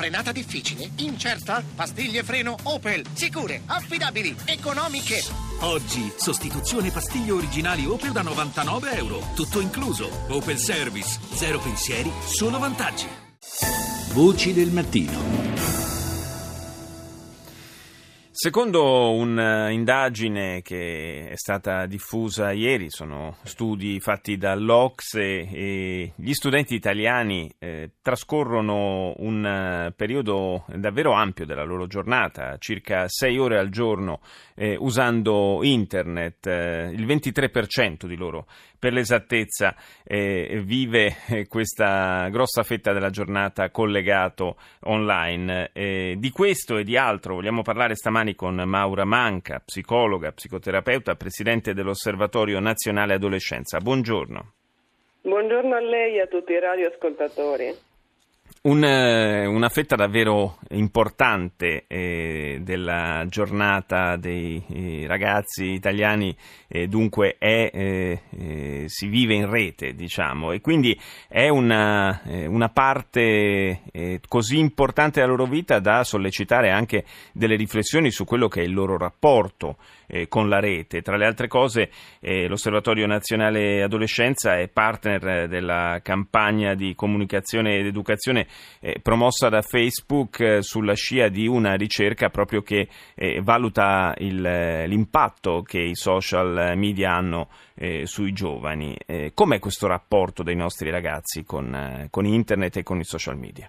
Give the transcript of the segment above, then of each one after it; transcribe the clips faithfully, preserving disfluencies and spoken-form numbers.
Frenata difficile? Incerta? Pastiglie freno Opel. Sicure, affidabili, economiche. Oggi, sostituzione pastiglie originali Opel da novantanove euro. Tutto incluso. Opel Service. Zero pensieri, solo vantaggi. Voci del mattino. Secondo un'indagine che è stata diffusa ieri, sono studi fatti dall'Ocse, e gli studenti italiani eh, trascorrono un periodo davvero ampio della loro giornata, circa sei ore al giorno, eh, usando internet. Eh, il ventitré per cento di loro, per l'esattezza, eh, vive eh, questa grossa fetta della giornata collegato online. Eh, di questo e di altro vogliamo parlare stamani con Maura Manca, psicologa, psicoterapeuta, presidente dell'Osservatorio Nazionale Adolescenza. Buongiorno. Buongiorno a lei e a tutti i radioascoltatori. Un, una fetta davvero importante eh, della giornata dei eh, ragazzi italiani eh, dunque è, eh, eh, si vive in rete, diciamo, e quindi è una, eh, una parte eh, così importante della loro vita da sollecitare anche delle riflessioni su quello che è il loro rapporto eh, con la rete. Tra le altre cose eh, l'Osservatorio Nazionale Adolescenza è partner della campagna di comunicazione ed educazione Eh, promossa da Facebook eh, sulla scia di una ricerca proprio che eh, valuta il, l'impatto che i social media hanno eh, sui giovani. Eh, com'è questo rapporto dei nostri ragazzi con, eh, con internet e con i social media?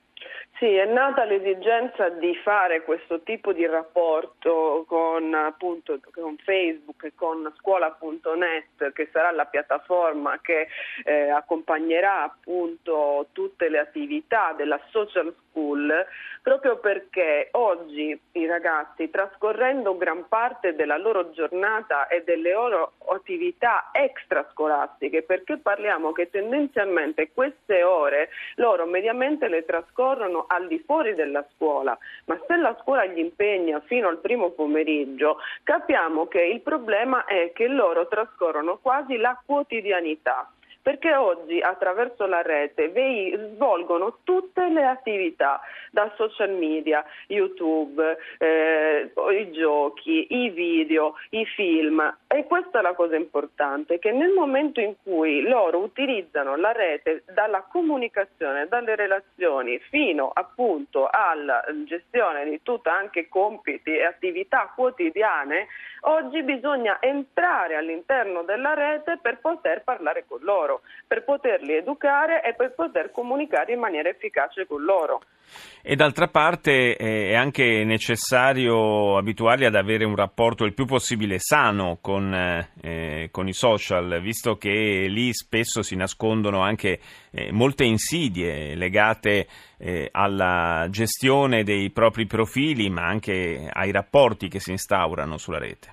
Sì, è nata l'esigenza di fare questo tipo di rapporto con, appunto, con Facebook e con scuola punto net, che sarà la piattaforma che eh, accompagnerà appunto tutte le attività della social school, proprio perché oggi i ragazzi, trascorrendo gran parte della loro giornata e delle loro attività extrascolastiche, perché parliamo che tendenzialmente queste ore loro mediamente le trascorrono al di fuori della scuola, ma se la scuola gli impegna fino al primo pomeriggio, capiamo che il problema è che loro trascorrono quasi la quotidianità. Perché oggi attraverso la rete vi svolgono tutte le attività, da social media, YouTube, eh, i giochi, i video, i film, e questa è la cosa importante, che nel momento in cui loro utilizzano la rete dalla comunicazione, dalle relazioni fino appunto alla gestione di tutta anche compiti e attività quotidiane, oggi bisogna entrare all'interno della rete per poter parlare con loro, per poterli educare e per poter comunicare in maniera efficace con loro. E d'altra parte è anche necessario abituarli ad avere un rapporto il più possibile sano con, eh, con i social, visto che lì spesso si nascondono anche eh, molte insidie legate eh, alla gestione dei propri profili, ma anche ai rapporti che si instaurano sulla rete.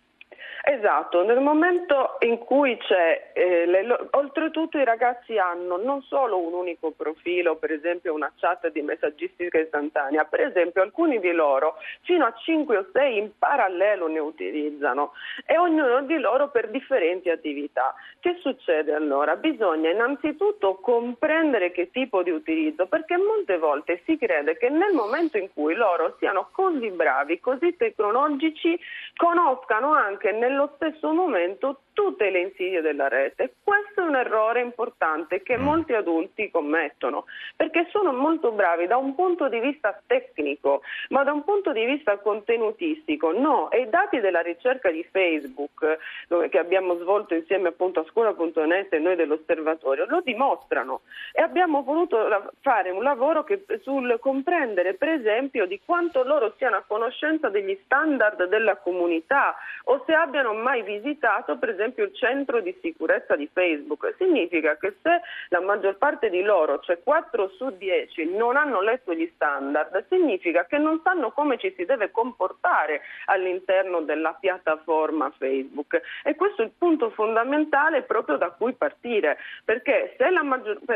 Esatto, nel momento in cui c'è, eh, le, oltretutto i ragazzi hanno non solo un unico profilo, per esempio una chat di messaggistica istantanea, per esempio alcuni di loro fino a cinque o sei in parallelo ne utilizzano, e ognuno di loro per differenti attività. Che succede allora? Bisogna innanzitutto comprendere che tipo di utilizzo, perché molte volte si crede che nel momento in cui loro siano così bravi, così tecnologici, conoscano anche nel nello stesso momento tutte le insidie della rete. Questo è un errore importante che molti adulti commettono, perché sono molto bravi da un punto di vista tecnico, ma da un punto di vista contenutistico no. E i dati della ricerca di Facebook, dove, che abbiamo svolto insieme appunto a scuola punto net e noi dell'osservatorio, lo dimostrano, e abbiamo voluto fare un lavoro che, sul comprendere per esempio di quanto loro siano a conoscenza degli standard della comunità, o se abbiano mai visitato per esempio il centro di sicurezza di Facebook. Significa che se la maggior parte di loro, cioè quattro su dieci, non hanno letto gli standard, significa che non sanno come ci si deve comportare all'interno della piattaforma Facebook, e questo è il punto fondamentale proprio da cui partire, perché se, la maggior, se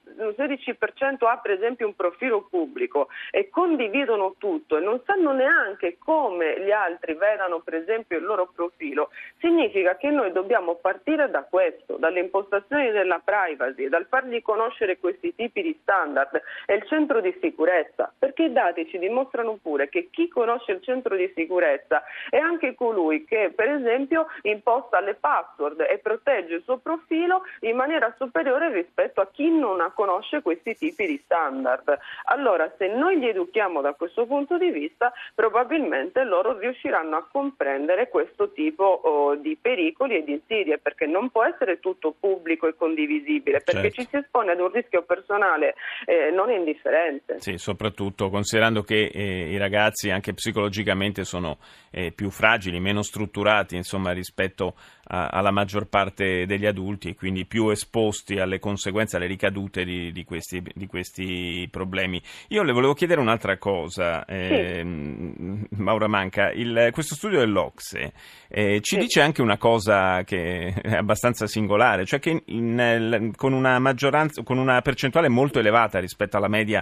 il sedici per cento ha per esempio un profilo pubblico e condividono tutto e non sanno neanche come gli altri vedano per esempio il loro profilo, significa che noi dobbiamo partire da questo, dalle impostazioni della privacy, dal fargli conoscere questi tipi di standard e il centro di sicurezza, perché i dati ci dimostrano pure che chi conosce il centro di sicurezza è anche colui che per esempio imposta le password e protegge il suo profilo in maniera superiore rispetto a chi non conosce questi tipi di standard. Allora, se noi li educhiamo da questo punto di vista, probabilmente loro riusciranno a comprendere questo tipo oh, di pericoli e di insidie, perché non può essere tutto pubblico e condivisibile, perché certo. ci si espone ad un rischio personale eh, non indifferente. Sì, soprattutto considerando che eh, i ragazzi anche psicologicamente sono eh, più fragili, meno strutturati, insomma, rispetto a, alla maggior parte degli adulti, quindi più esposti alle conseguenze, alle ricadute di, di, questi, di questi problemi. Io le volevo chiedere un'altra cosa, eh, sì. Maura Manca, il, questo studio dell'Ocse eh, ci sì. dice anche una cosa che è abbastanza singolare, cioè che in, in, con una maggioranza, con una percentuale molto elevata rispetto alla media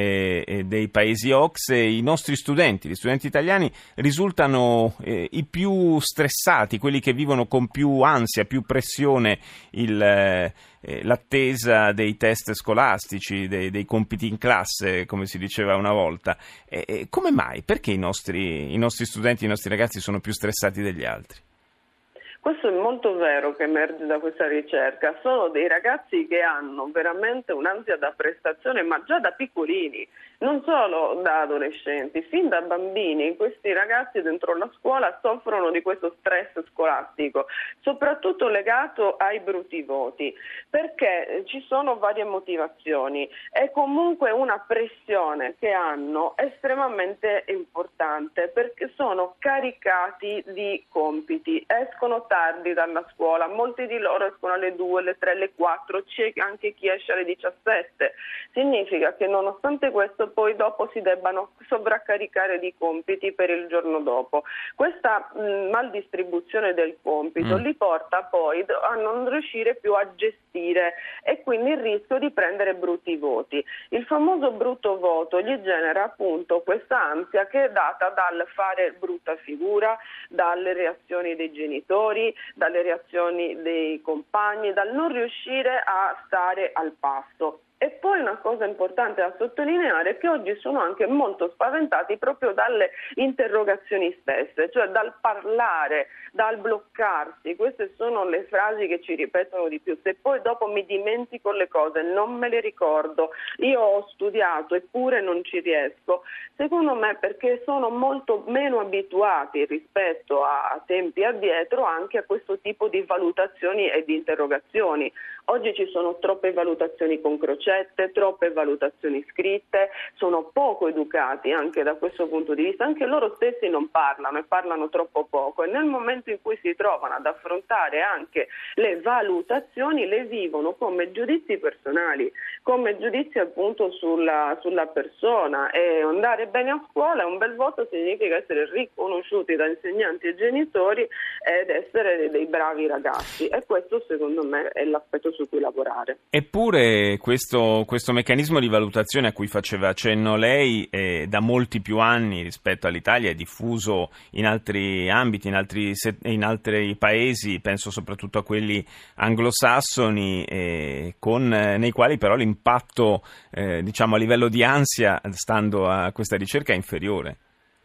eh, dei paesi Ocse, i nostri studenti, gli studenti italiani risultano eh, i più stressati, quelli che vivono con più ansia, più pressione il, eh, l'attesa dei test scolastici, dei, dei compiti in classe, come si diceva una volta. E, e come mai? Perché i nostri, i nostri studenti, i nostri ragazzi sono più stressati degli altri? Questo è molto vero che emerge da questa ricerca, sono dei ragazzi che hanno veramente un'ansia da prestazione, ma già da piccolini, non solo da adolescenti, fin da bambini. Questi ragazzi dentro la scuola soffrono di questo stress scolastico, soprattutto legato ai brutti voti, perché ci sono varie motivazioni. È comunque una pressione che hanno estremamente importante, perché sono caricati di compiti, escono tardi dalla scuola, molti di loro escono alle due, alle tre, alle quattro, c'è anche chi esce alle diciassette. Significa che nonostante questo poi dopo si debbano sovraccaricare di compiti per il giorno dopo. Questa mh, maldistribuzione del compito mm. li porta poi a non riuscire più a gestire e quindi il rischio di prendere brutti voti. Il famoso brutto voto gli genera appunto questa ansia che è data dal fare brutta figura, dalle reazioni dei genitori, dalle reazioni dei compagni, dal non riuscire a stare al passo. E poi una cosa importante da sottolineare è che oggi sono anche molto spaventati proprio dalle interrogazioni stesse, cioè dal parlare, dal bloccarsi. Queste sono le frasi che ci ripetono di più. Se poi dopo mi dimentico le cose, non me le ricordo, io ho studiato eppure non ci riesco. Secondo me perché sono molto meno abituati rispetto a tempi addietro anche a questo tipo di valutazioni e di interrogazioni. Oggi ci sono troppe valutazioni con crocette, troppe valutazioni scritte, sono poco educati anche da questo punto di vista, anche loro stessi non parlano e parlano troppo poco e nel momento in cui si trovano ad affrontare anche le valutazioni le vivono come giudizi personali, come giudizi appunto sulla, sulla persona, e andare bene a scuola, un bel voto significa essere riconosciuti da insegnanti e genitori ed essere dei bravi ragazzi, e questo secondo me è l'aspetto su cui lavorare. Eppure questo, questo meccanismo di valutazione a cui faceva cenno lei è da molti più anni rispetto all'Italia, è diffuso in altri ambiti, in altri, in altri paesi, penso soprattutto a quelli anglosassoni, eh, con, eh, nei quali però l'impatto eh, diciamo a livello di ansia, stando a questa ricerca, è inferiore.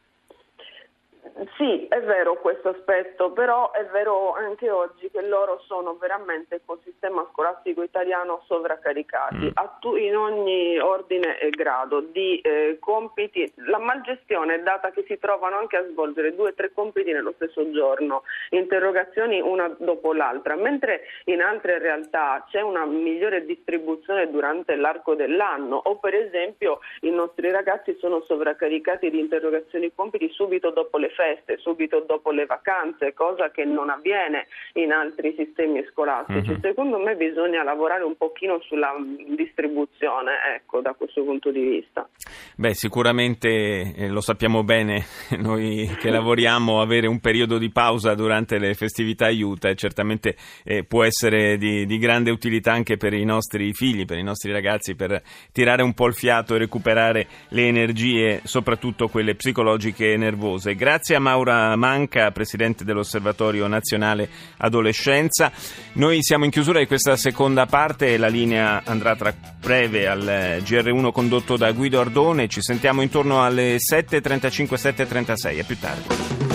Sì, è vero questo aspetto, però è vero anche oggi che loro sono veramente col sistema scolastico italiano sovraccaricati, mm. a tu, in ogni ordine e grado di eh, compiti. La malgestione è data che si trovano anche a svolgere due o tre compiti nello stesso giorno, interrogazioni una dopo l'altra, mentre in altre realtà c'è una migliore distribuzione durante l'arco dell'anno, o per esempio i nostri ragazzi sono sovraccaricati di interrogazioni e compiti subito dopo le feste. praticamente subito dopo le vacanze, cosa che non avviene in altri sistemi scolastici. Mm-hmm. Secondo me bisogna lavorare un pochino sulla distribuzione, ecco, da questo punto di vista. Beh, sicuramente eh, lo sappiamo bene, noi che lavoriamo, avere un periodo di pausa durante le festività aiuta e certamente eh, può essere di, di grande utilità anche per i nostri figli, per i nostri ragazzi, per tirare un po' il fiato e recuperare le energie, soprattutto quelle psicologiche e nervose. Grazie a Maura Manca, Presidente dell'Osservatorio Nazionale Adolescenza. Noi siamo in chiusura di questa seconda parte, la linea andrà tra breve al G R uno condotto da Guido Ardone. Ci sentiamo intorno alle sette e trentacinque, sette e trentasei, a più tardi.